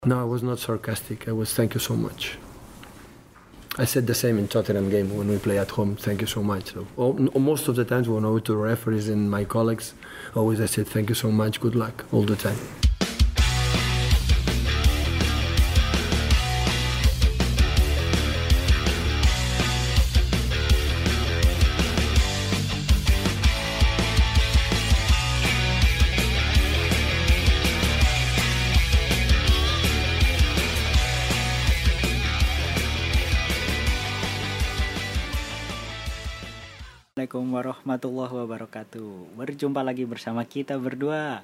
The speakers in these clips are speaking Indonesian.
No, I was not sarcastic. I was thank you so much. I said the same in Tottenham game when we play at home. Thank you so much. So, most of the times when I went to referees and my colleagues, always I said thank you so much, good luck, all the time. Assalamualaikum warahmatullahi wabarakatuh. Berjumpa lagi bersama kita berdua.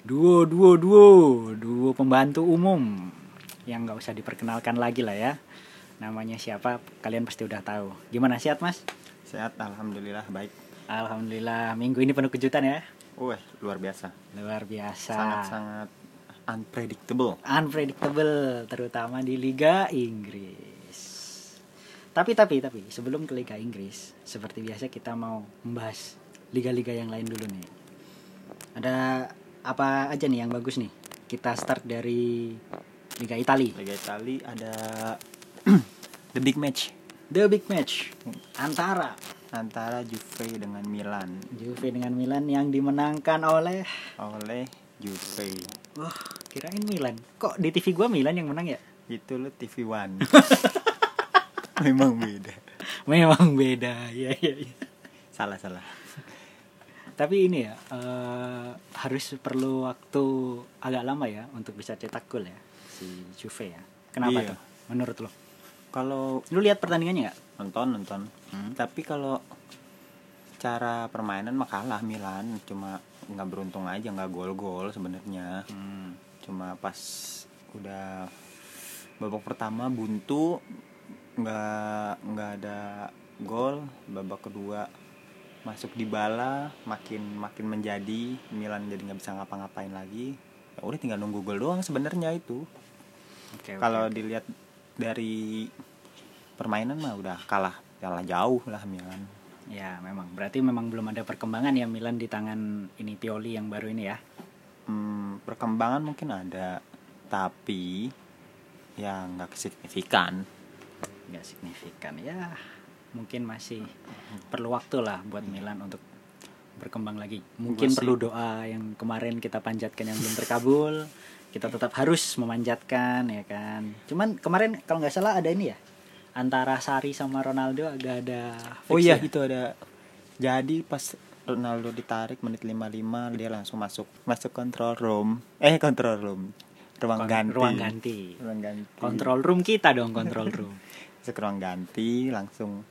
Duo pembantu umum. Yang gak usah diperkenalkan lagi lah ya. Namanya siapa kalian pasti udah tahu. Gimana, sehat mas? Sehat, alhamdulillah, baik. Alhamdulillah, minggu ini penuh kejutan ya. Luar biasa. Luar biasa. Sangat-sangat unpredictable, terutama di Liga Inggris. Tapi sebelum ke Liga Inggris, seperti biasa kita mau membahas liga-liga yang lain dulu nih. Ada apa aja nih yang bagus nih? Kita start dari Liga Italia. Liga Italia ada the big match antara Juve dengan Milan. Juve dengan Milan yang dimenangkan oleh Juve. Wah, kirain Milan. Kok di TV gua Milan yang menang ya? Itu lo TV One. Memang beda. Ya. Salah. Tapi ini ya, harus perlu waktu agak lama ya untuk bisa cetak gol ya si Juve ya. Kenapa tuh? Menurut lo? Kalau lu lihat pertandingannya nggak? Nonton. Tapi kalau cara permainan mah kalah Milan, cuma nggak beruntung aja, nggak gol sebenarnya. Cuma pas udah babak pertama buntu, nggak ada gol. Babak kedua masuk Dybala, makin menjadi Milan, jadi nggak bisa ngapa-ngapain lagi. Ya udah tinggal nunggu gol doang sebenarnya itu. Kalau dilihat dari permainan mah udah kalah jauh lah Milan. Ya memang belum ada perkembangan ya Milan di tangan ini Pioli yang baru ini ya. Perkembangan mungkin ada, tapi ya nggak signifikan ya. Mungkin masih perlu waktu lah buat Milan untuk berkembang lagi. Mungkin perlu doa yang kemarin kita panjatkan yang belum terkabul. Kita tetap harus memanjatkan ya kan. Cuman kemarin kalau nggak salah ada ini ya, antara Sarri sama Ronaldo agak ada fix. Oh iya ya? Itu ada. Jadi pas Ronaldo ditarik menit 55 dia langsung masuk control room. Ruang ganti. Control room kita dong, control room. Masuk ruang ganti langsung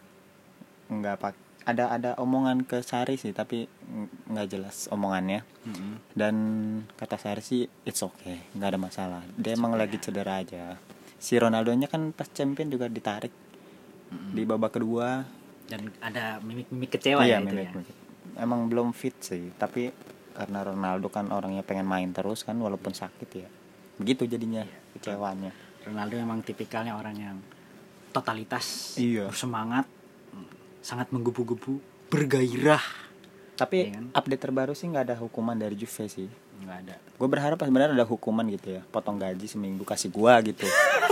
ada omongan ke Sarri sih, tapi nggak jelas omongannya. Dan kata Sarri sih it's okay, nggak ada masalah. Dia emang lagi cedera aja. Si Ronaldonya kan pas champion juga ditarik di babak kedua dan ada mimik kecewa ya itu ya. Emang belum fit sih, tapi karena Ronaldo kan orangnya pengen main terus kan walaupun sakit ya. Begitu jadinya kecewanya. Ronaldo emang tipikalnya orang yang totalitas, bersemangat, sangat menggebu-gebu, bergairah. Tapi ya kan? Update terbaru sih nggak ada hukuman dari Juve sih. Nggak ada. Gue berharap sebenarnya ada hukuman gitu ya, potong gaji seminggu kasih gua gitu.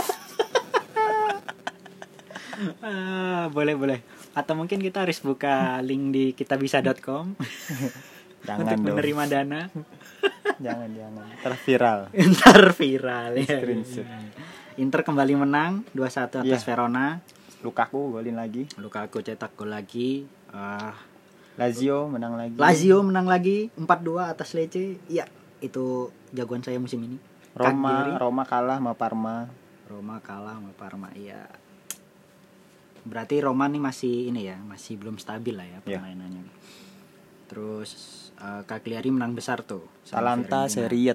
Boleh. Atau mungkin kita harus buka link di kitabisa.com untuk menerima dana. Jangan. Ntar viral ya. Screenshot. Inter kembali menang 2-1 atas Verona. Lukaku golin lagi. Lukaku cetak gol lagi. Lazio menang lagi 4-2 atas Lecce. Iya, itu jagoan saya musim ini. Roma kalah sama Parma. Iya. Berarti Roma nih masih belum stabil lah ya permainannya. Terus Cagliari menang besar tuh. Atalanta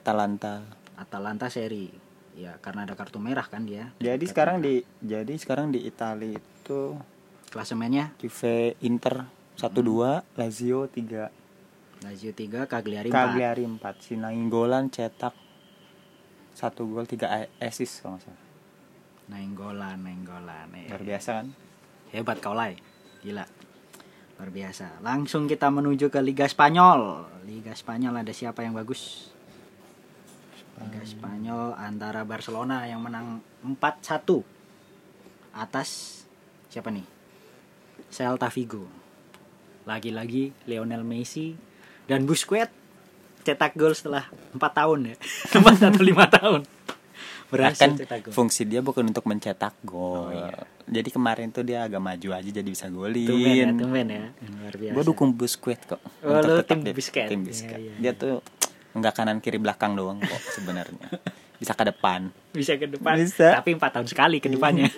seri. Ya, karena ada kartu merah kan dia. Jadi sekarang di Italia itu klasemennya Juve Inter 1-2, Lazio 3, Cagliari 4. Si Nainggolan cetak 1 gol 3 assist kalau enggak salah. Nainggolan. Luar biasa kan? Hebat kau Lai. Gila. Luar biasa. Langsung kita menuju ke Liga Spanyol. Ada siapa yang bagus? Liga Spanyol antara Barcelona yang menang 4-1 atas siapa nih? Celta Vigo. Lagi-lagi Lionel Messi dan Busquets cetak gol setelah 4 tahun ya. 4 atau 5 tahun. Berhasil Kan cetak gol. fungsi dia bukan untuk mencetak Oh, gol. iya. Jadi kemarin tuh dia agak maju aja jadi bisa golin. Tumben ya. Luar biasa. Gue dukung Busquets kok. Oh, Untuk lu tetap tim di- Busquets. Tim Iya, Busquets. iya, Dia iya. tuh enggak kanan kiri belakang doang kok sebenarnya. Bisa ke depan. Bisa ke depan. Bisa. Tapi 4 tahun sekali ke depannya.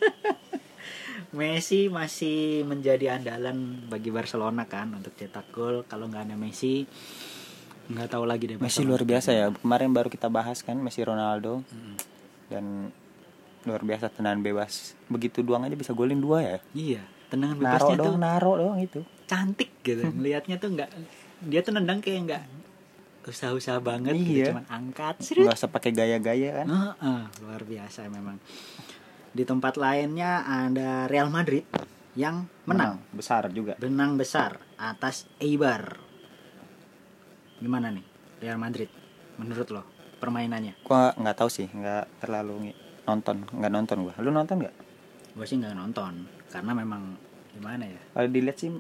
Messi masih menjadi andalan bagi Barcelona kan untuk cetak gol. Kalau nggak ada Messi, nggak tahu lagi deh. Messi Barcelona luar biasa gimana. ya. Kemarin baru kita bahas kan Messi Ronaldo. Dan luar biasa tendangan bebas. Begitu doang aja bisa golin 2 ya. Iya, tendangan Naro bebasnya tuh doang, naro doang itu. cantik gitu. Melihatnya tuh nggak, dia tuh nendang kayak nggak usaha-usaha banget. Gitu, Iya. cuman angkat. Seret. Enggak usah pakai gaya-gaya kan. Luar biasa memang. Di tempat lainnya ada Real Madrid yang menang. besar juga. Benang besar atas Eibar. Gimana nih Real Madrid menurut lo permainannya? Gua nggak tahu sih, nggak terlalu nggak nonton gua. Lu nonton nggak? Gue sih nggak nonton karena memang gimana ya? Kalau dilihat sih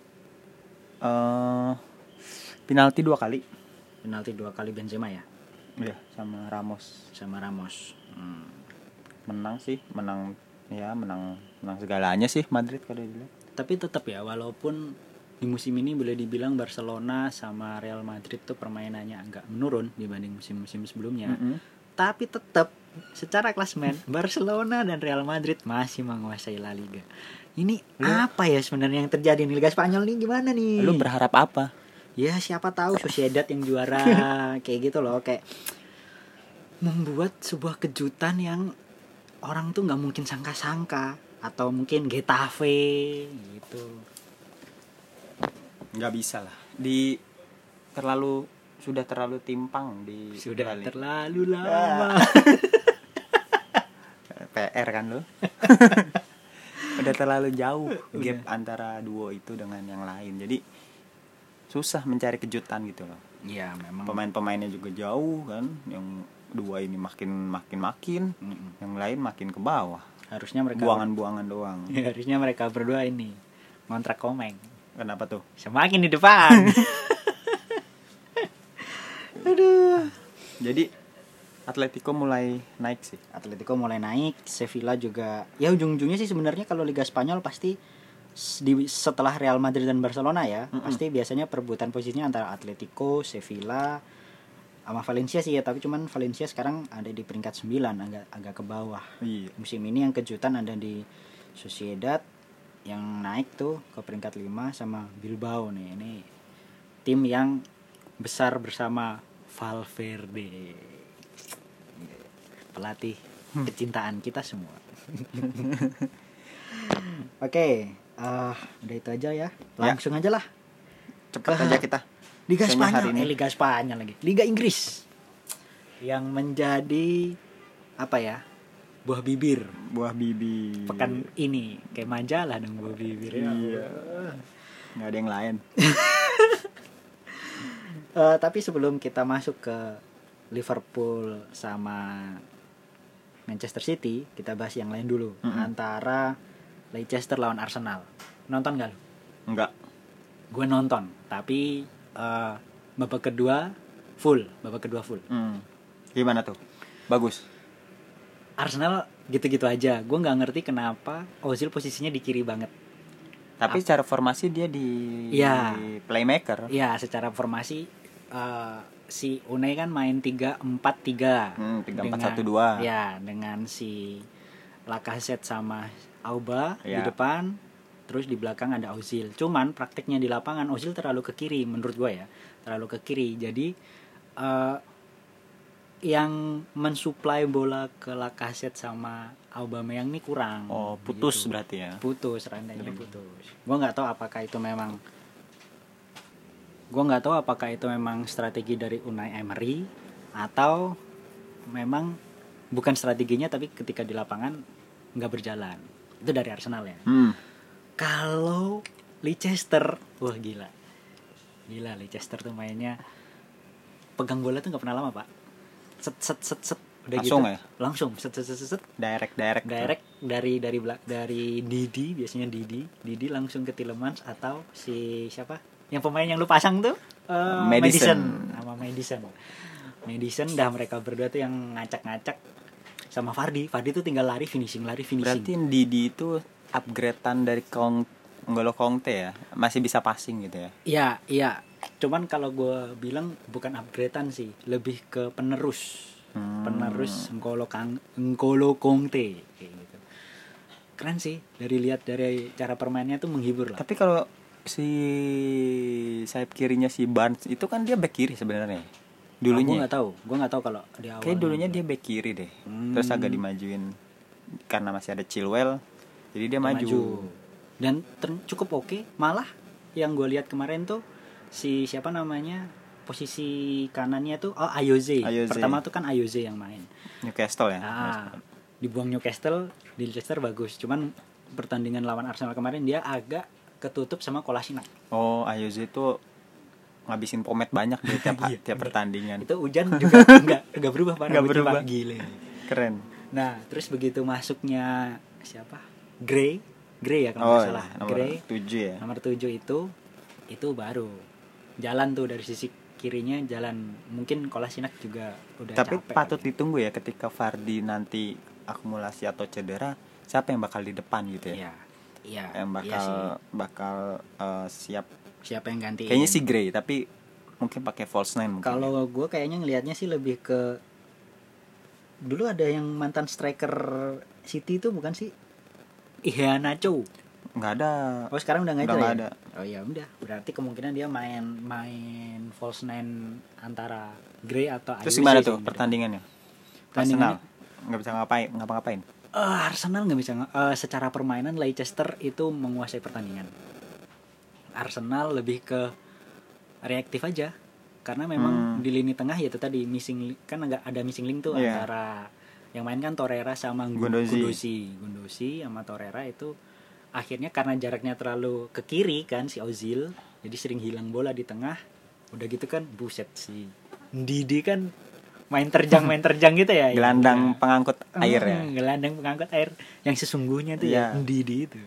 penalti 2 kali. Penalti 2 kali Benzema ya Iya, sama Ramos. sama Ramos. Menang sih, menang segalanya sih Madrid kalau dilihat. Tapi tetap ya, walaupun di musim ini boleh dibilang Barcelona sama Real Madrid tuh permainannya agak menurun dibanding musim-musim sebelumnya. Tapi tetap secara klasemen Barcelona dan Real Madrid masih menguasai La Liga. Ini apa ya sebenarnya yang terjadi di Liga Spanyol nih, gimana nih? Lu berharap apa? Ya siapa tahu Sociedad yang juara kayak gitu loh, kayak membuat sebuah kejutan yang orang tuh nggak mungkin sangka-sangka, atau mungkin Getafe gitu. Nggak bisa lah. Sudah terlalu timpang di Sudah La Liga. terlalu lama. PR kan lu. Udah terlalu jauh gap antara duo itu dengan yang lain. Jadi susah mencari kejutan gitu loh. Iya memang. Pemain-pemainnya juga jauh kan. Yang dua ini makin, yang lain makin ke bawah. Harusnya mereka Buangan-buangan doang. harusnya mereka berdua ini ngontrak Komeng. Kenapa tuh? Semakin di depan. Jadi Atletico mulai naik sih. Atletico mulai naik, Sevilla juga. Ya ujung-ujungnya sih sebenarnya kalau Liga Spanyol pasti setelah Real Madrid dan Barcelona ya, pasti biasanya perebutan posisinya antara Atletico, Sevilla sama Valencia sih ya, tapi cuman Valencia sekarang ada di peringkat 9, agak ke bawah. Iya. Musim ini yang kejutan ada di Sociedad yang naik tuh ke peringkat 5 sama Bilbao nih. Ini tim yang besar bersama Valverde. Pelatih kecintaan kita semua. Oke, udah itu aja ya. Langsung aja lah. Cepat aja kita. Liga Kayaknya hari Spanyol, ini. Liga Spanyol lagi. Liga Inggris. Yang menjadi apa ya? Buah bibir Buah bibi. pekan ini. Kayak majalah dong buah bibir. Iya. Nggak ada yang lain. Tapi sebelum kita masuk ke Liverpool sama Manchester City, kita bahas yang lain dulu. Antara Leicester lawan Arsenal. Nonton gak lu? Enggak. Gue nonton, tapi babak kedua full. Gimana tuh? Bagus. Arsenal gitu-gitu aja. Gue nggak ngerti kenapa Ozil posisinya di kiri banget. Tapi secara formasi dia di Iya. playmaker. Ya, secara formasi si Unai kan main 3-4-3. 3-4-1-2. Ya, dengan si Lacazette sama Auba di Ya. depan, terus di belakang ada Ozil. Cuman prakteknya di lapangan Ozil terlalu ke kiri menurut gue ya. Terlalu ke kiri. Jadi yang mensuplai bola ke Lacazette sama Aubameyang ini kurang. Oh, putus gitu. berarti ya. Putus, rantainya putus. Gue nggak tahu apakah itu memang strategi dari Unai Emery atau memang bukan strateginya, tapi ketika di lapangan nggak berjalan. Itu dari Arsenal ya. Kalau Leicester, wah gila Leicester tuh mainnya pegang bola tuh nggak pernah lama pak. set set set set udah Langsung gitu ya? langsung set set set set, Direct dari Didi, biasanya Didi langsung ke Tielemans atau si siapa yang pemain yang lu pasang tuh Madison. sama Madison dah, mereka berdua tuh yang ngacak-ngacak sama Fardi tuh tinggal lari finishing. Berarti Didi itu upgradean dari N'Golo Conte ya, masih bisa passing gitu ya. Iya cuman kalau gue bilang bukan upgradean sih, lebih ke penerus N'Golo Conte kayak gitu. Keren sih, dari cara permainnya tuh menghibur lah. Tapi kalau si sayap kirinya si Barnes itu kan dia back kiri sebenarnya dulunya. Gue nggak tahu kalau di awal. Kayak dulunya dia back kiri deh. Terus agak dimajuin karena masih ada Chilwell, jadi dia maju. Dan cukup oke. Malah yang gue lihat kemarin tuh si siapa namanya, posisi kanannya tuh Ayoze. Pertama tuh kan Ayoze yang main Newcastle ya. Dibuang Newcastle, di Leicester bagus. Cuman pertandingan lawan Arsenal kemarin dia agak ketutup sama Kolasinac. Ayoze itu ngabisin pomade banyak deh tiap pertandingan. Itu hujan juga enggak berubah Pak. Enggak berubah. Gile. Keren. Nah, terus begitu masuknya siapa? Gray ya kalau nggak salah. Nomor Gray 7 ya. Nomor 7 itu baru jalan tuh dari sisi kirinya jalan. Mungkin Kolasinac juga udah Tapi capek. patut ditunggu ya ketika Vardy nanti akumulasi atau cedera, siapa yang bakal di depan gitu ya? Iya. Yang bakal siap. Siapa yang ganti? Kayaknya si Gray, tapi mungkin pakai false nine mungkin. Kalau gue kayaknya ngelihatnya sih lebih ke dulu ada yang mantan striker City itu bukan sih? Iheanacho. Nggak ada. Oh, sekarang udah nggak Udah nggak ada. ada. Oh ya udah, berarti kemungkinan dia main false nine antara Gray atau Terus Ayoze gimana sih tuh menurut pertandingannya? Pertandingannya? Arsenal nggak bisa ngapa-ngapain. Arsenal nggak bisa secara permainan Leicester itu menguasai pertandingan. Arsenal lebih ke reaktif aja karena memang di lini tengah ya itu tadi kan agak ada missing link tuh antara yang main kan Torreira sama Gundosi sama Torreira itu akhirnya karena jaraknya terlalu ke kiri kan si Ozil, jadi sering hilang bola di tengah. Udah gitu kan buset si Didi kan main terjang gitu ya. Gelandang pengangkut air ya. Gelandang pengangkut air yang sesungguhnya tuh ya Didi itu.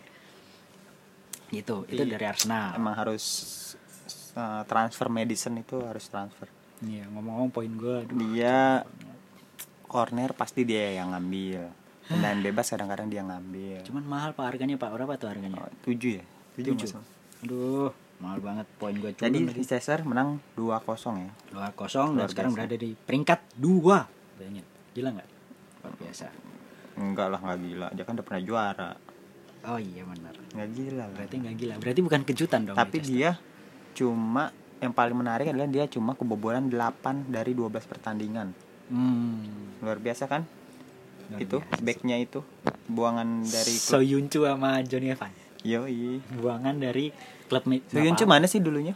Itu dari Arsenal. Emang harus transfer Madison itu harus transfer. Iya, ngomong-ngomong poin gue. Dia corner pasti dia yang ngambil. Tendangan bebas kadang-kadang dia ngambil. Cuman mahal Pak harganya Pak. Berapa tuh harganya? 7 ya? 7. Aduh, mahal banget poin gue. Jadi Leicester menang 2-0 ya. 2-0 dan sekarang berada di peringkat 2. Bayangin. Gila enggak? Luar biasa. Enggak lah, enggak gila. Dia kan udah pernah juara. Oh iya benar. Enggak gila. Berarti enggak gila. Berarti bukan kejutan dong. Tapi dia cuma yang paling menarik adalah dia cuma kebobolan 8 dari 12 pertandingan. Luar biasa kan? Itu backnya itu buangan dari Soyuncu sama Johnny Evans. Yoi. Buangan dari klub Soyuncu mana sih dulunya?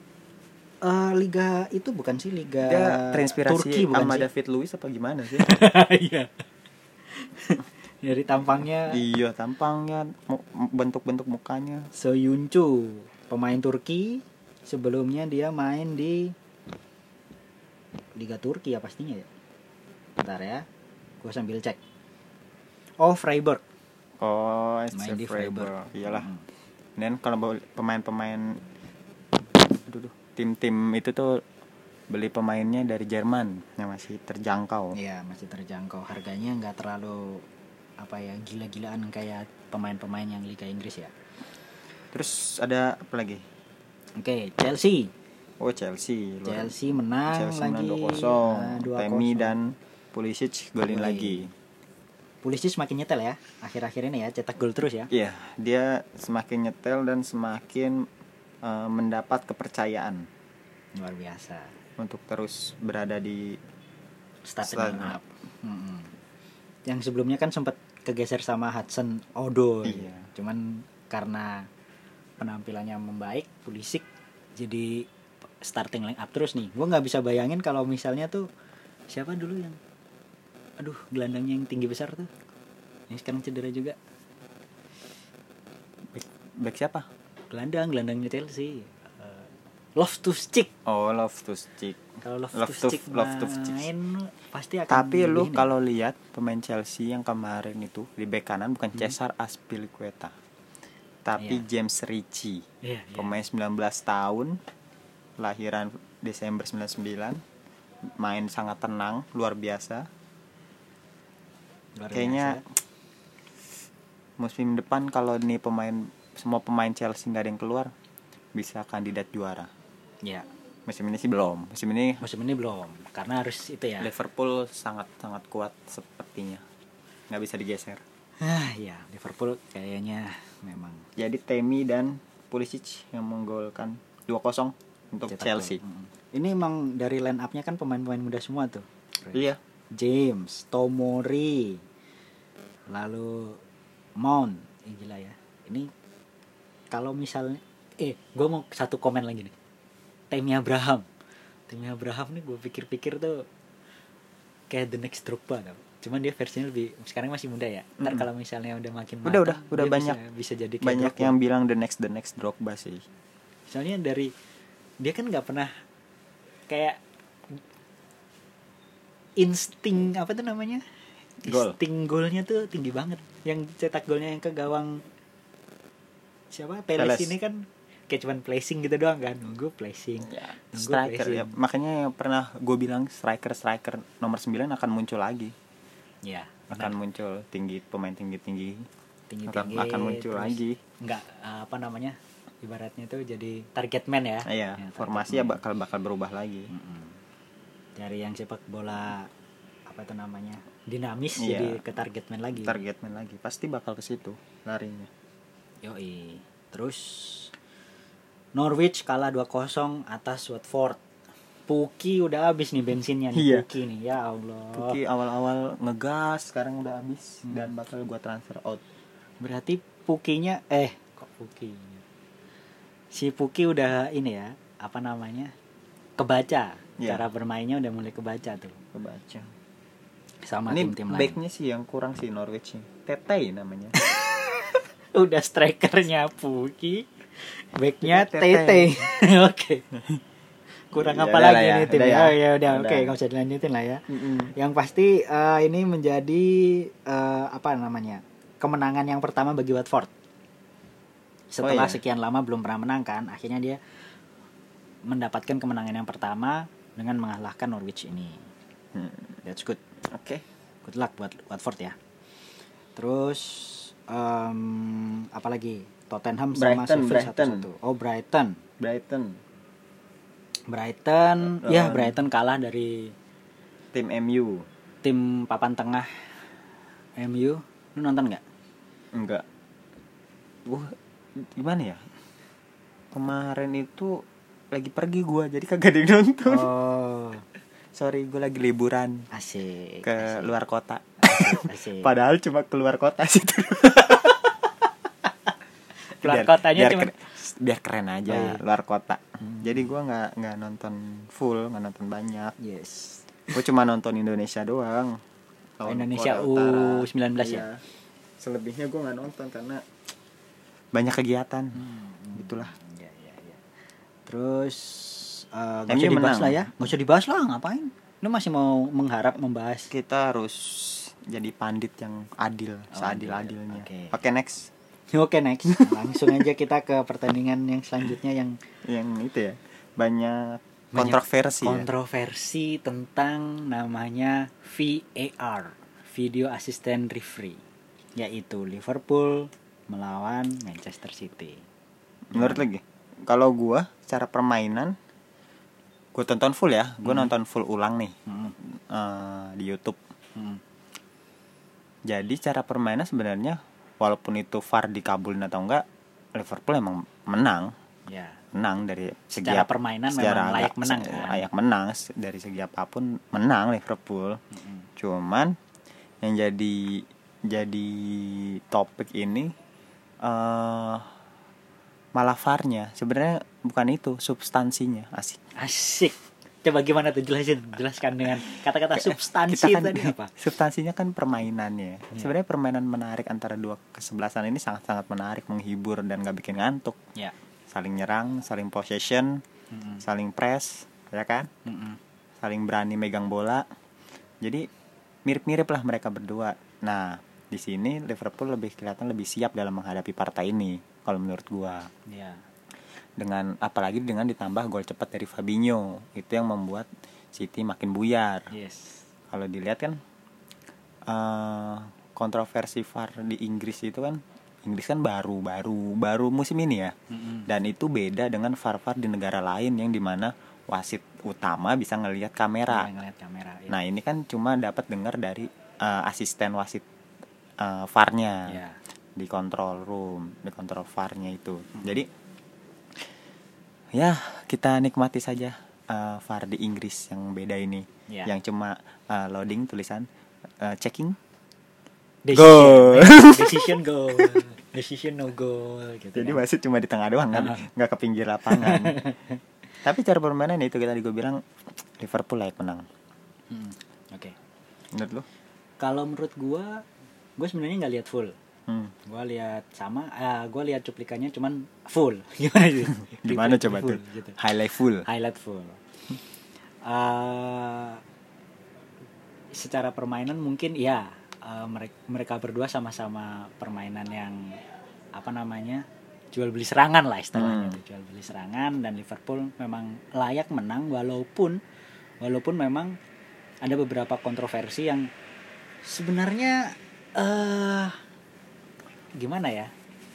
Liga itu bukan sih liga dia terinspirasi Turki bukan sama sih? David Luiz apa gimana sih? Iya. Dari tampangnya. Iya, tampangnya, bentuk-bentuk mukanya. Soyuncu, pemain Turki. Sebelumnya dia main di Liga Turki ya pastinya ya. Bentar ya. Gue sambil cek. Oh, Freiburg. Oh, main di Freiburg. Iyalah. Dan kalau pemain-pemain tim-tim itu tuh beli pemainnya dari Jerman yang masih terjangkau. Iya, masih terjangkau. Harganya nggak terlalu gila-gilaan kayak pemain-pemain yang Liga Inggris ya. Terus ada apa lagi? Oke, Chelsea. Oh, Chelsea menang lagi 2-0. Temi dan Pulisic golin lagi. Pulisic semakin nyetel ya akhir-akhir ini ya, cetak gol terus ya. Iya, dia semakin nyetel dan semakin mendapat kepercayaan. Luar biasa. Untuk terus berada di starting up. Yang sebelumnya kan sempat kegeser sama Hudson Odoi. Iya. Cuman karena penampilannya membaik, Pulisic jadi starting line up terus nih. Gue nggak bisa bayangin kalau misalnya tuh siapa dulu yang gelandangnya yang tinggi besar tuh yang sekarang cedera juga. Back siapa? Gelandangnya Chelsea. Loftus-Cheek. Oh, Loftus-Cheek. Kalau Love to Stick. main pasti akan. Tapi lu ini. kalau lihat pemain Chelsea yang kemarin itu di bek kanan bukan Cesar Azpilicueta, tapi Iya. James Ritchie. Iya, iya. Pemain 19 tahun, lahiran Desember 99, main sangat tenang, luar biasa. Luar Kayaknya biasa. musim depan kalau nih semua pemain Chelsea nggak ada yang keluar, bisa kandidat juara. Ya, Musim ini sih belum. Musim ini musim ini belum, karena harus itu ya. Liverpool sangat kuat sepertinya, nggak bisa digeser. Ya, Liverpool kayaknya memang Jadi Temi dan Pulisic yang menggolkan 2-0 untuk cetak Chelsea. gol. Ini emang dari line up-nya kan pemain-pemain muda semua tuh. Iya. James, Tomori, lalu Mount, gila ya. Ini kalau misalnya, gue mau satu komen lagi nih. Tammy Abraham nih gue pikir-pikir tuh kayak the next Drogba tau. Cuman dia versinya lebih, sekarang masih muda ya. Ntar kalau misalnya udah makin matang, Udah dia banyak bisa jadi kayak banyak Drogba. yang bilang the next Drogba sih. Soalnya dari dia kan nggak pernah kayak insting apa tuh namanya, Gol. insting golnya tuh tinggi banget. Yang cetak golnya yang ke gawang siapa, Peles Telles. ini kan kayak cuman placing gitu doang kan, nunggu placing, Ya, nunggu striker placing. ya. Makanya yang pernah gue bilang striker nomor 9 akan muncul lagi. Ya, Akan muncul pemain tinggi tinggi akan muncul lagi. Nggak apa namanya, ibaratnya tuh jadi target man ya. Iya, Ya, formasi target ya man. bakal berubah lagi. Dari yang sepak bola apa itu namanya, dinamis, Iya. jadi ke target man lagi. Target man lagi. Pasti bakal ke situ larinya. Yoi. Terus Norwich kalah 2-0 atas Watford. Puki udah habis nih bensinnya nih. Iya. Puki nih, ya Allah. Puki awal-awal ngegas, sekarang udah habis dan bakal gua transfer out. Berarti Pukinya kok Puki? Si Puki udah ini ya, apa namanya? Kebaca. Iya. Cara bermainnya udah mulai kebaca tuh. Kebaca. Sama Ini tim-tim lain. backnya sih yang kurang sih Norwich nih. Tete namanya. Udah strikernya Puki, backnya Tete. Tete. Oke. Kurang Ya apa udah lagi lah ya, nih tim? udah ya. Oh ya udah, Udah. oke, nggak usah dilanjutin lah ya. Yang pasti ini menjadi apa namanya, kemenangan yang pertama bagi Watford. Setelah iya. sekian lama belum pernah menang kan, akhirnya dia mendapatkan kemenangan yang pertama dengan mengalahkan Norwich ini. That's good. Oke. Good luck buat Watford ya. Terus apa lagi? Tottenham sama Sheffield 1-1. Oh, Brighton. Ya Brighton kalah dari Tim MU. tim papan tengah MU. Lu nonton nggak? Enggak. Gimana ya? Kemarin itu lagi pergi gua, jadi kagak ada yang nonton. Oh, Sorry, gua lagi liburan asik. ke luar kota. Asik. Padahal cuma keluar kota sih. Keluar kotanya biar, cuma biar keren aja, Oh, iya. luar kota. Jadi gua nggak nonton full, nggak nonton banyak. yes. Gue cuma nonton Indonesia doang. Lawan Indonesia Korea Utara. U19 ya? Iya. Selebihnya gue nggak nonton karena banyak kegiatan. Gitulah. Ya. Terus nggak MU usah dibahas menang. lah ya. Nggak usah dibahas lah, ngapain? Lu masih mau mengharap membahas? Kita harus jadi pandit yang adil, seadil-adilnya. Oke. Next. Oke, next. Langsung aja kita ke pertandingan yang selanjutnya yang Yang itu ya. Banyak kontroversi ya. kontroversi tentang namanya VAR, Video Assistant Referee, yaitu Liverpool melawan Manchester City. Menurut lagi, kalau gue secara permainan, gue tonton full ya. Gue nonton full ulang nih di YouTube. Jadi cara permainan sebenarnya walaupun itu VAR dikabulin atau enggak, Liverpool emang menang. Ya. Menang dari segi Secara permainan memang layak menang kan? Layak menang dari segi apapun, menang Liverpool. Cuman yang jadi topik ini malah VAR-nya. Sebenarnya bukan itu, substansinya. Asik. Coba gimana tuh, jelaskan dengan kata-kata substansi Kita kan, tadi apa? substansinya kan permainannya. Sebenarnya permainan menarik antara dua kesebelasan ini sangat-sangat menarik, menghibur dan gak bikin ngantuk. Ya. Saling nyerang, saling possession, saling press, ya kan? saling berani megang bola. Jadi mirip-mirip lah mereka berdua. Nah, di sini Liverpool lebih kelihatan lebih siap dalam menghadapi partai ini kalau menurut gua. Iya. Dengan apalagi dengan ditambah gol cepat dari Fabinho, itu yang membuat City makin buyar. Yes. Kalau dilihat kan kontroversi VAR di Inggris kan baru musim ini ya. Dan itu beda dengan VAR di negara lain yang dimana wasit utama bisa ngelihat kamera. Ya, ngelihat kamera. Ya. Nah, ini kan cuma dapat dengar dari asisten wasit VAR-nya. Ya. Di control room, di kontrol VAR-nya itu. Jadi ya kita nikmati saja VAR di Inggris yang beda ini. Ya. Yang cuma loading tulisan checking Decision goal. Decision no goal gitu. Jadi kan. wasit cuma di tengah doang kan, nggak ke pinggir lapangan. Tapi cara permainan itu kita gue bilang Liverpool layak menang. Oke. Menurut lu? Kalau menurut gue sebenarnya nggak lihat full. Gue lihat gue lihat cuplikannya cuman full. Gimana sih? Gimana coba full, tuh? Gitu. Highlight full. Secara permainan mungkin ya mereka berdua sama-sama permainan yang jual beli serangan lah istilahnya. Jual beli serangan, dan Liverpool memang layak menang walaupun memang ada beberapa kontroversi yang sebenarnya gimana ya,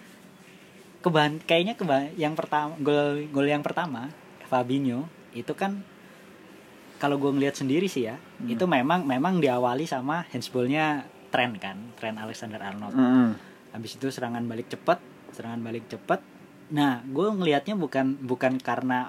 yang pertama gol yang pertama Fabinho itu kan kalau gue ngelihat sendiri sih ya, itu memang diawali sama handsballnya Trent Alexander-Arnold. Habis itu serangan balik cepat. Nah, gue ngelihatnya bukan karena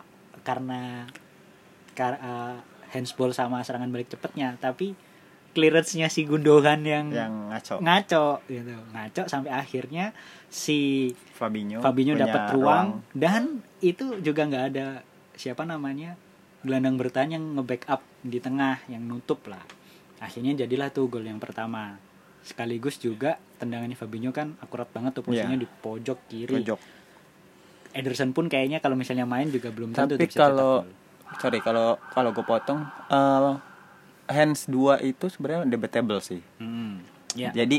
handsball sama serangan balik cepatnya, tapi clearance-nya si Gundogan yang ngaco gitu. Ngaco sampai akhirnya si Fabinho dapat ruang, dan itu juga nggak ada gelandang bertahan yang nge-backup di tengah yang nutup lah. Akhirnya jadilah tuh gol yang pertama. Sekaligus juga tendangannya Fabinho kan akurat banget tuh, posisinya di pojok kiri. Ederson pun kayaknya kalau misalnya main juga belum tentu bisa cetak gol. Tapi kalau gue potong hands 2 itu sebenarnya debatable sih. Yeah. Jadi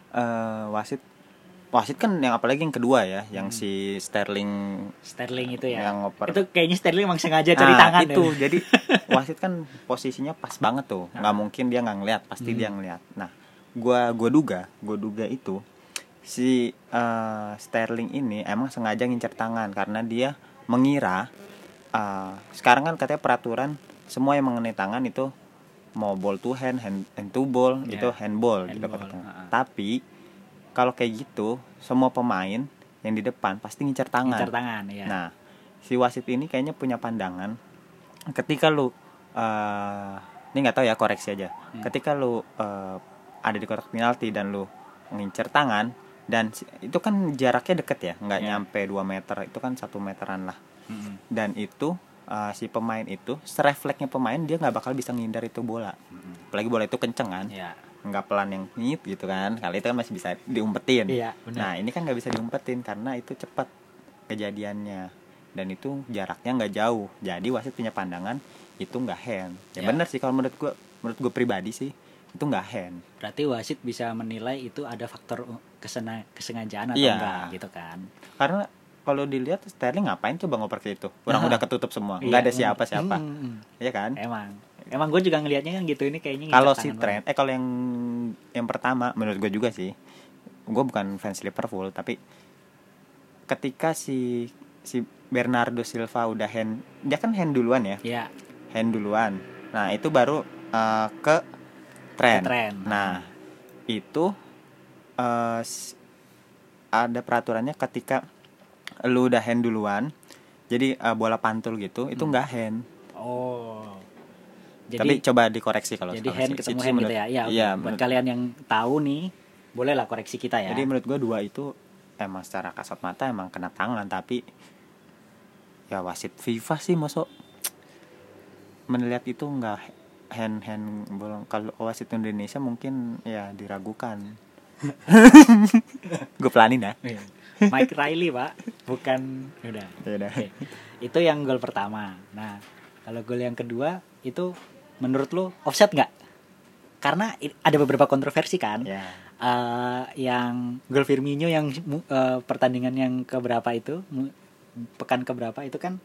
wasit kan yang apalagi yang kedua ya, yang si Sterling itu ya. Itu kayaknya Sterling emang sengaja cari tangan itu. Jadi wasit kan posisinya pas banget tuh. Enggak mungkin dia enggak ngelihat, pasti dia ngelihat. Nah, gua duga itu si Sterling ini emang sengaja ngincer tangan karena dia mengira sekarang kan katanya peraturan semua yang mengenai tangan itu mau ball to hand to ball, itu handball gitu katanya. Tapi kalau kayak gitu semua pemain yang di depan pasti ngincer tangan. Ya. Nah, si wasit ini kayaknya punya pandangan ketika lu ini nggak tahu ya, koreksi aja. Ketika lu ada di kotak penalti dan lu ngincer tangan, dan itu kan jaraknya deket ya, nggak nyampe 2 meter, itu kan 1 meteran lah. Dan itu si pemain itu, serefleksnya pemain dia nggak bakal bisa ngindar itu bola. Apalagi bola itu kenceng kan, nggak pelan yang nyit gitu kan. Kali itu kan masih bisa diumpetin. Nah, ini kan nggak bisa diumpetin karena itu cepat kejadiannya, dan itu jaraknya nggak jauh. Jadi wasit punya pandangan itu nggak hand. Bener sih kalau menurut gue pribadi sih itu nggak hand. Berarti wasit bisa menilai itu ada faktor kesengajaan atau enggak gitu kan. Karena kalau dilihat Sterling ngapain coba ngoper ke itu? Orang udah ketutup semua, nggak ada siapa-siapa. Iya kan? Emang gue juga ngelihatnya kan gitu, ini kayaknya. Kalau si Trent, kalau yang pertama menurut gue juga sih, gue bukan fans Liverpool, tapi ketika si Bernardo Silva udah hand, dia kan hand duluan ya. Hand duluan. Nah, itu baru ke Trent. Nah, itu ada peraturannya ketika lu udah hand duluan, jadi bola pantul gitu, itu nggak hand. Jadi, tapi coba dikoreksi kalau jadi hand ketemu hand gitu ya. Ya, buat kalian yang tahu nih, bolehlah koreksi kita ya. Jadi menurut gue 2 itu emang secara kasat mata emang kena tangan, tapi ya wasit FIFA sih masuk melihat itu nggak hand bolong. Kalau wasit Indonesia mungkin ya diragukan. Gue pelanin ya. Mike Riley pak, bukan. Udah. Okay. Itu yang gol pertama. Nah, kalau gol yang kedua itu menurut lu offset nggak? Karena ada beberapa kontroversi kan. Ya. Yang gol Firmino yang pertandingan yang keberapa itu, pekan keberapa itu kan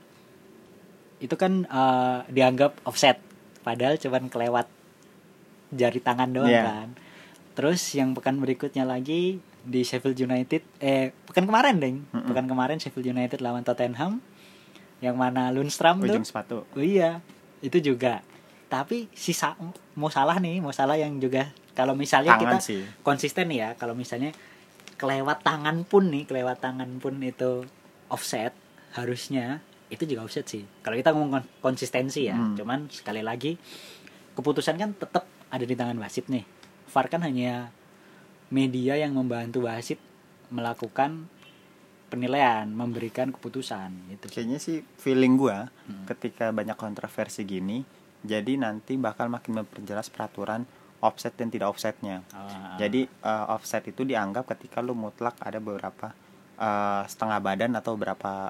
dianggap offset, padahal cuman kelewat jari tangan doang kan. Terus yang pekan berikutnya lagi di Sheffield United, pekan kemarin pekan kemarin Sheffield United lawan Tottenham, yang mana Lundstram ujung tuh, sepatu. oh iya itu juga. Tapi sisa Mo Salah yang juga kalau misalnya Tangan kita sih. konsisten ya, kalau misalnya kelewat tangan pun itu offset, harusnya itu juga offset sih. Kalau kita ngomong konsistensi ya, cuman sekali lagi keputusan kan tetap ada di tangan wasit nih. VAR kan hanya media yang membantu wasit melakukan penilaian, memberikan keputusan gitu. Kayaknya sih feeling gua ketika banyak kontroversi gini, jadi nanti bakal makin memperjelas peraturan offset dan tidak offsetnya. Jadi offset itu dianggap ketika lu mutlak ada beberapa setengah badan atau berapa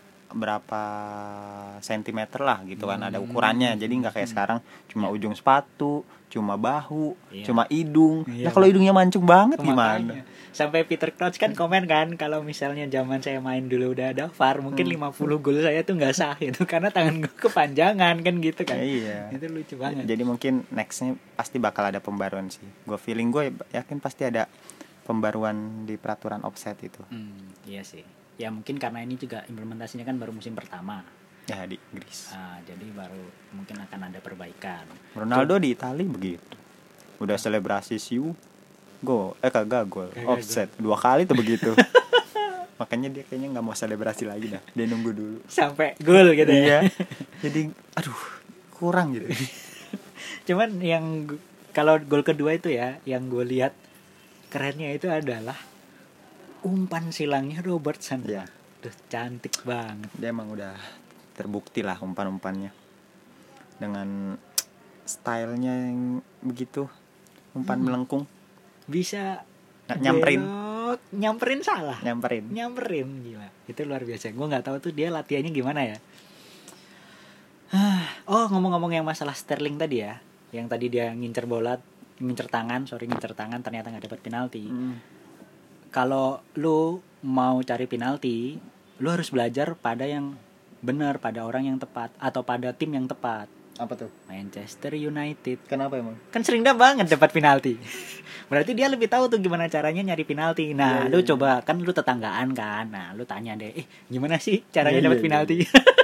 sentimeter lah gitu kan, ada ukurannya. Jadi nggak kayak sekarang cuma ujung sepatu, cuma bahu, cuma hidung. Nah kalau hidungnya mancung banget gimana? Sampai Peter Crouch kan komen kan, kalau misalnya zaman saya main dulu udah ada VAR, mungkin 50 gol saya tuh nggak sah gitu karena tangan gue kepanjangan kan gitu kan. Iya. Itu lucu banget. Jadi mungkin nextnya pasti bakal ada pembaruan sih. Gue yakin pasti ada pembaruan di peraturan offset itu. Iya sih. Ya mungkin karena ini juga implementasinya kan baru musim pertama. Ya di Inggris. Jadi baru mungkin akan ada perbaikan. Ronaldo di Italia begitu. Udah selebrasi siu. Kagak gol. Offset 2 kali tuh begitu. Makanya dia kayaknya nggak mau selebrasi lagi dah. Dia nunggu dulu sampai gol gitu ya. Jadi aduh kurang gitu. Cuman yang kalau gol kedua itu ya, yang gue lihat kerennya itu adalah umpan silangnya Robertson. Ya. Duh, cantik banget. Dia emang udah terbukti lah umpan-umpannya dengan stylenya yang begitu, umpan melengkung. Bisa nyamperin salah. Nyamperin gila. Itu luar biasa. Gue nggak tahu tuh dia latihannya gimana ya. Ngomong-ngomong yang masalah Sterling tadi ya, yang tadi dia ngincer tangan ternyata nggak dapat penalti. Kalau lu mau cari penalti, lu harus belajar pada yang benar, pada orang yang tepat atau pada tim yang tepat. Apa tuh? Manchester United. Kenapa emang? Kan sering banget dapat penalti. Berarti dia lebih tahu tuh gimana caranya nyari penalti. Nah, lu coba, kan lu tetanggaan kan. Nah, lu tanya deh, gimana sih caranya dapat penalti?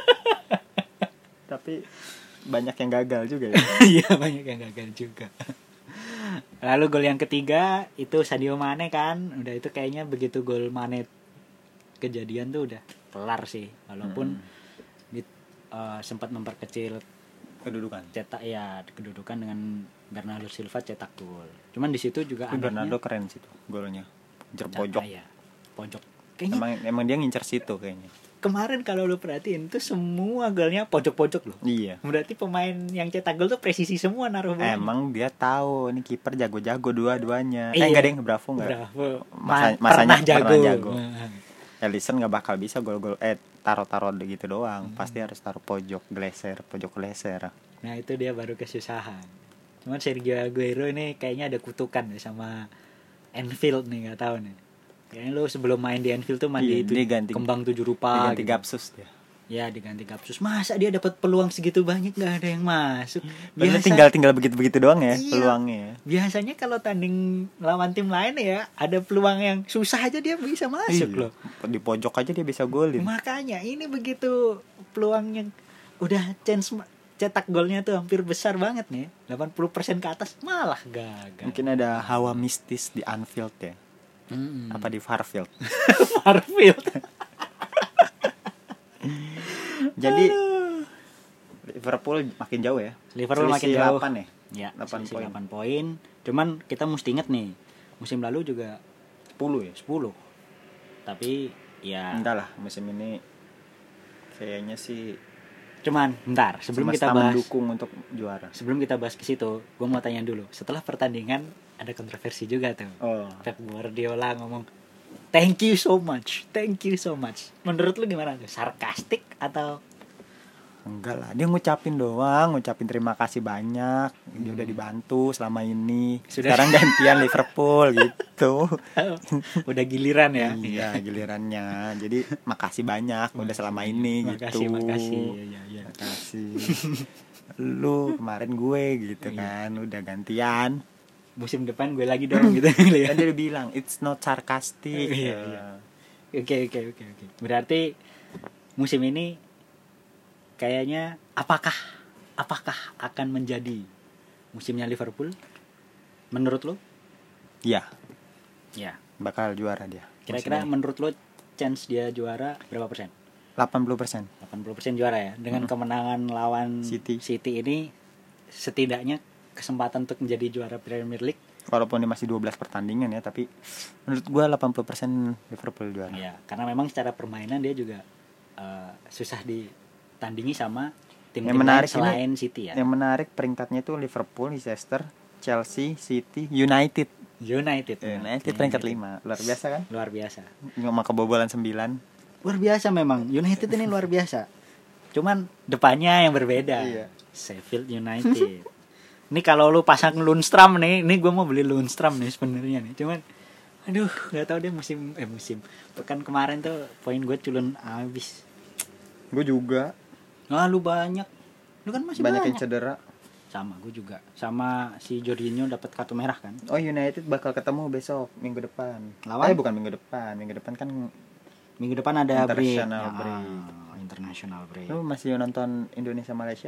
Tapi banyak yang gagal juga ya. Iya, banyak yang gagal juga. Lalu gol yang ketiga itu Sadio Mane kan. Udah itu kayaknya begitu gol Mane kejadian tuh udah kelar sih. Walaupun sempat memperkecil kedudukan dengan Bernardo Silva cetak gol. Cuman di situ juga Bernardo keren sih tuh golnya. Ngincer pojok. Pojok. Kayaknya emang dia ngincer situ kayaknya. Kemarin kalau lu perhatiin tuh semua golnya pojok-pojok loh. Iya. Berarti pemain yang cetak gol tuh presisi semua naruh bola. Emang dia tahu ini kiper jago-jago dua-duanya. Enggak deh, Bravo enggak. Bravo. Masanya pernah jago. Alisson nggak bakal bisa gol-gol taruh-taruh gitu doang. Pasti harus taruh pojok geser. Nah itu dia baru kesusahan. Cuman Sergio Aguero ini kayaknya ada kutukan ya sama Anfield nih, nggak tahu nih. Kayaknya lu sebelum main di Anfield tuh mandi kembang 7 rupa. Diganti Gapsus dia. Ya diganti Gapsus. Masa dia dapat peluang segitu banyak nggak ada yang masuk? Tinggal begitu doang ya peluangnya. Biasanya kalau tanding lawan tim lain ya ada peluang yang susah aja dia bisa masuk loh. Di pojok aja dia bisa golin. Makanya ini begitu peluangnya udah chance cetak golnya tuh hampir besar banget nih, 80% ke atas malah gagal. Mungkin ada hawa mistis di Anfield ya. Apa di Farfield? Farfield. Jadi Liverpool makin jauh ya. Liverpool makin jauh. 8 ya? Ya, 8 poin. Cuman kita mesti inget nih, musim lalu juga 10 ya? 10. Tapi ya enggak lah, musim ini kayaknya sih. Cuman bentar, sebelum kita bahas mendukung untuk juara. Sebelum kita bahas ke situ, gue mau tanya dulu. Setelah pertandingan ada kontroversi juga tuh. Pep Guardiola ngomong, "Thank you so much. Menurut lu gimana tuh? Sarkastik atau Enggak lah, dia ngucapin doang, ngucapin terima kasih banyak, dia udah dibantu selama ini. Sekarang gantian Liverpool gitu. Udah giliran ya. Iya, gilirannya. Jadi makasih banyak udah selama ini gitu. Makasih. Iya. Makasih. Lu kemarin gue gitu kan, udah gantian. Musim depan gue lagi dong gitu. Kan dia udah bilang it's not sarcastic. Iya. Oke. Berarti musim ini kayaknya apakah akan menjadi musimnya Liverpool menurut lo? Iya, Ya. bakal juara dia. Kira-kira musim ini. menurut lo chance dia juara berapa persen? 80%. 80% juara ya. Dengan kemenangan lawan City ini setidaknya kesempatan untuk menjadi juara Premier League. Walaupun dia masih 12 pertandingan ya, tapi menurut gua 80% Liverpool juara. Ya, karena memang secara permainan dia juga susah ditandingi sama tim Yang menarik selain City ya. Yang menarik peringkatnya itu Liverpool, Leicester, Chelsea, City, United peringkat 5. Luar biasa kan? Luar biasa. Cuma kebobolan 9. Luar biasa memang. United ini luar biasa. Cuman depannya yang berbeda. Iya. Sheffield United. Ini kalau lu pasang Lundstram nih, ini gue mau beli Lundstram nih sebenarnya nih. Cuman aduh, enggak tahu deh musim pekan kemarin tuh poin gue culun habis. Gue juga. Wah, lu banyak. Lu kan masih Banyak yang banyak. cedera. Sama gue juga. Sama si Jorginho dapat kartu merah kan. Oh, United bakal ketemu besok minggu depan. Lawan? Bukan minggu depan. Minggu depan kan Minggu depan ada International break. break. International break. lu masih nonton Indonesia Malaysia?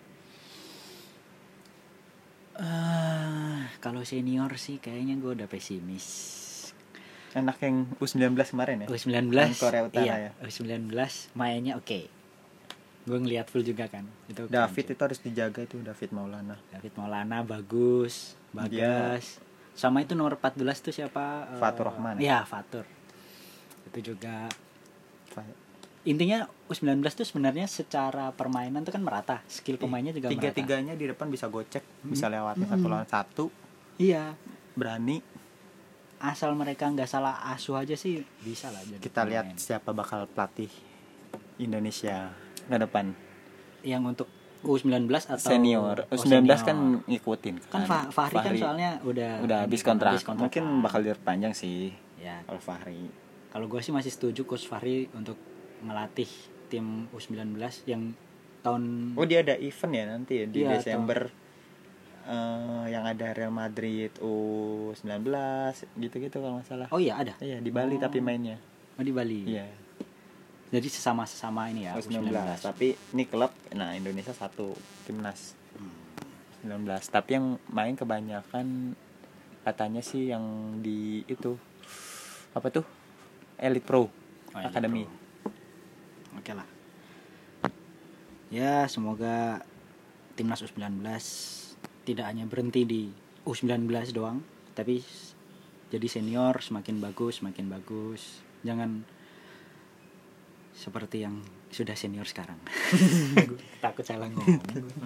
Kalau senior sih kayaknya gue udah pesimis. Enak yang U19 kemarin ya? U19 Yang Korea Utara ya? U19 mainnya oke. Gue ngeliat full juga kan. Itu David itu harus dijaga itu, David Maulana. David Maulana bagus, Bagas. Sama itu nomor 14 tuh siapa? Fatur Rahman. Iya, Fatur. Itu juga. Intinya U19 tuh sebenarnya secara permainan tuh kan merata. Skill pemainnya juga merata. Tiga-tiganya di depan bisa gocek, bisa lewatin satu lawan satu. Iya. Berani. Asal mereka nggak salah asuh aja sih bisa lah jadi Kita pemain. lihat siapa bakal pelatih Indonesia ke depan. Yang untuk U19 atau Senior. U19 senior. kan ngikutin Kan Fahri kan soalnya udah habis kontrak. Mungkin bakal diperpanjang sih. Ya. Kalau Fahri. Kalau gue sih masih setuju Coach Fahri untuk melatih tim U19 yang tahun. Oh, dia ada event ya nanti ya di Iya, Desember. Yang ada Real Madrid U19 gitu-gitu kalau nggak salah. Oh iya ada. Iya, di Bali tapi mainnya. Oh di Bali. Iya. Jadi sesama ini ya U19. Tapi ini klub, nah Indonesia satu timnas. 19. Tapi yang main kebanyakan katanya sih yang di itu apa tuh? Elite Pro Academy. Oke lah. Ya, semoga timnas U19 tidak hanya berhenti di U19 doang, tapi jadi senior semakin bagus. Jangan seperti yang sudah senior sekarang. Takut salah ngomong.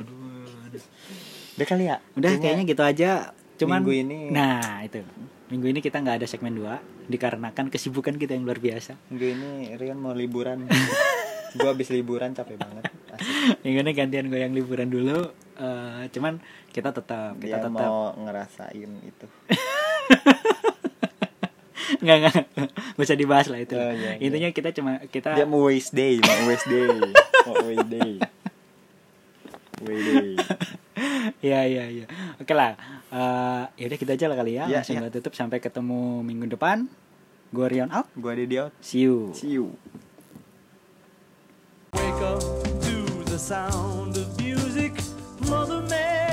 Udah kali ya? Udah kayaknya gitu aja. Cuman minggu ini. Nah, itu. Minggu ini kita nggak ada segmen 2 dikarenakan kesibukan kita yang luar biasa. Minggu ini Rian mau liburan. Gua habis liburan capek banget. Asik. Minggu ini gantian gue yang liburan dulu. Cuman kita tetap mau ngerasain itu. Nggak usah dibahas lah itu. Iya. Intinya kita Dia mau waste day. Iya. Oke lah. Ya udah kita aja lah kali ya. Ya, Langsung ya. kita tutup sampai ketemu minggu depan. Gue Rion out. Gua Dedi out. See you. Wake up to the sound of music, Mother Mary.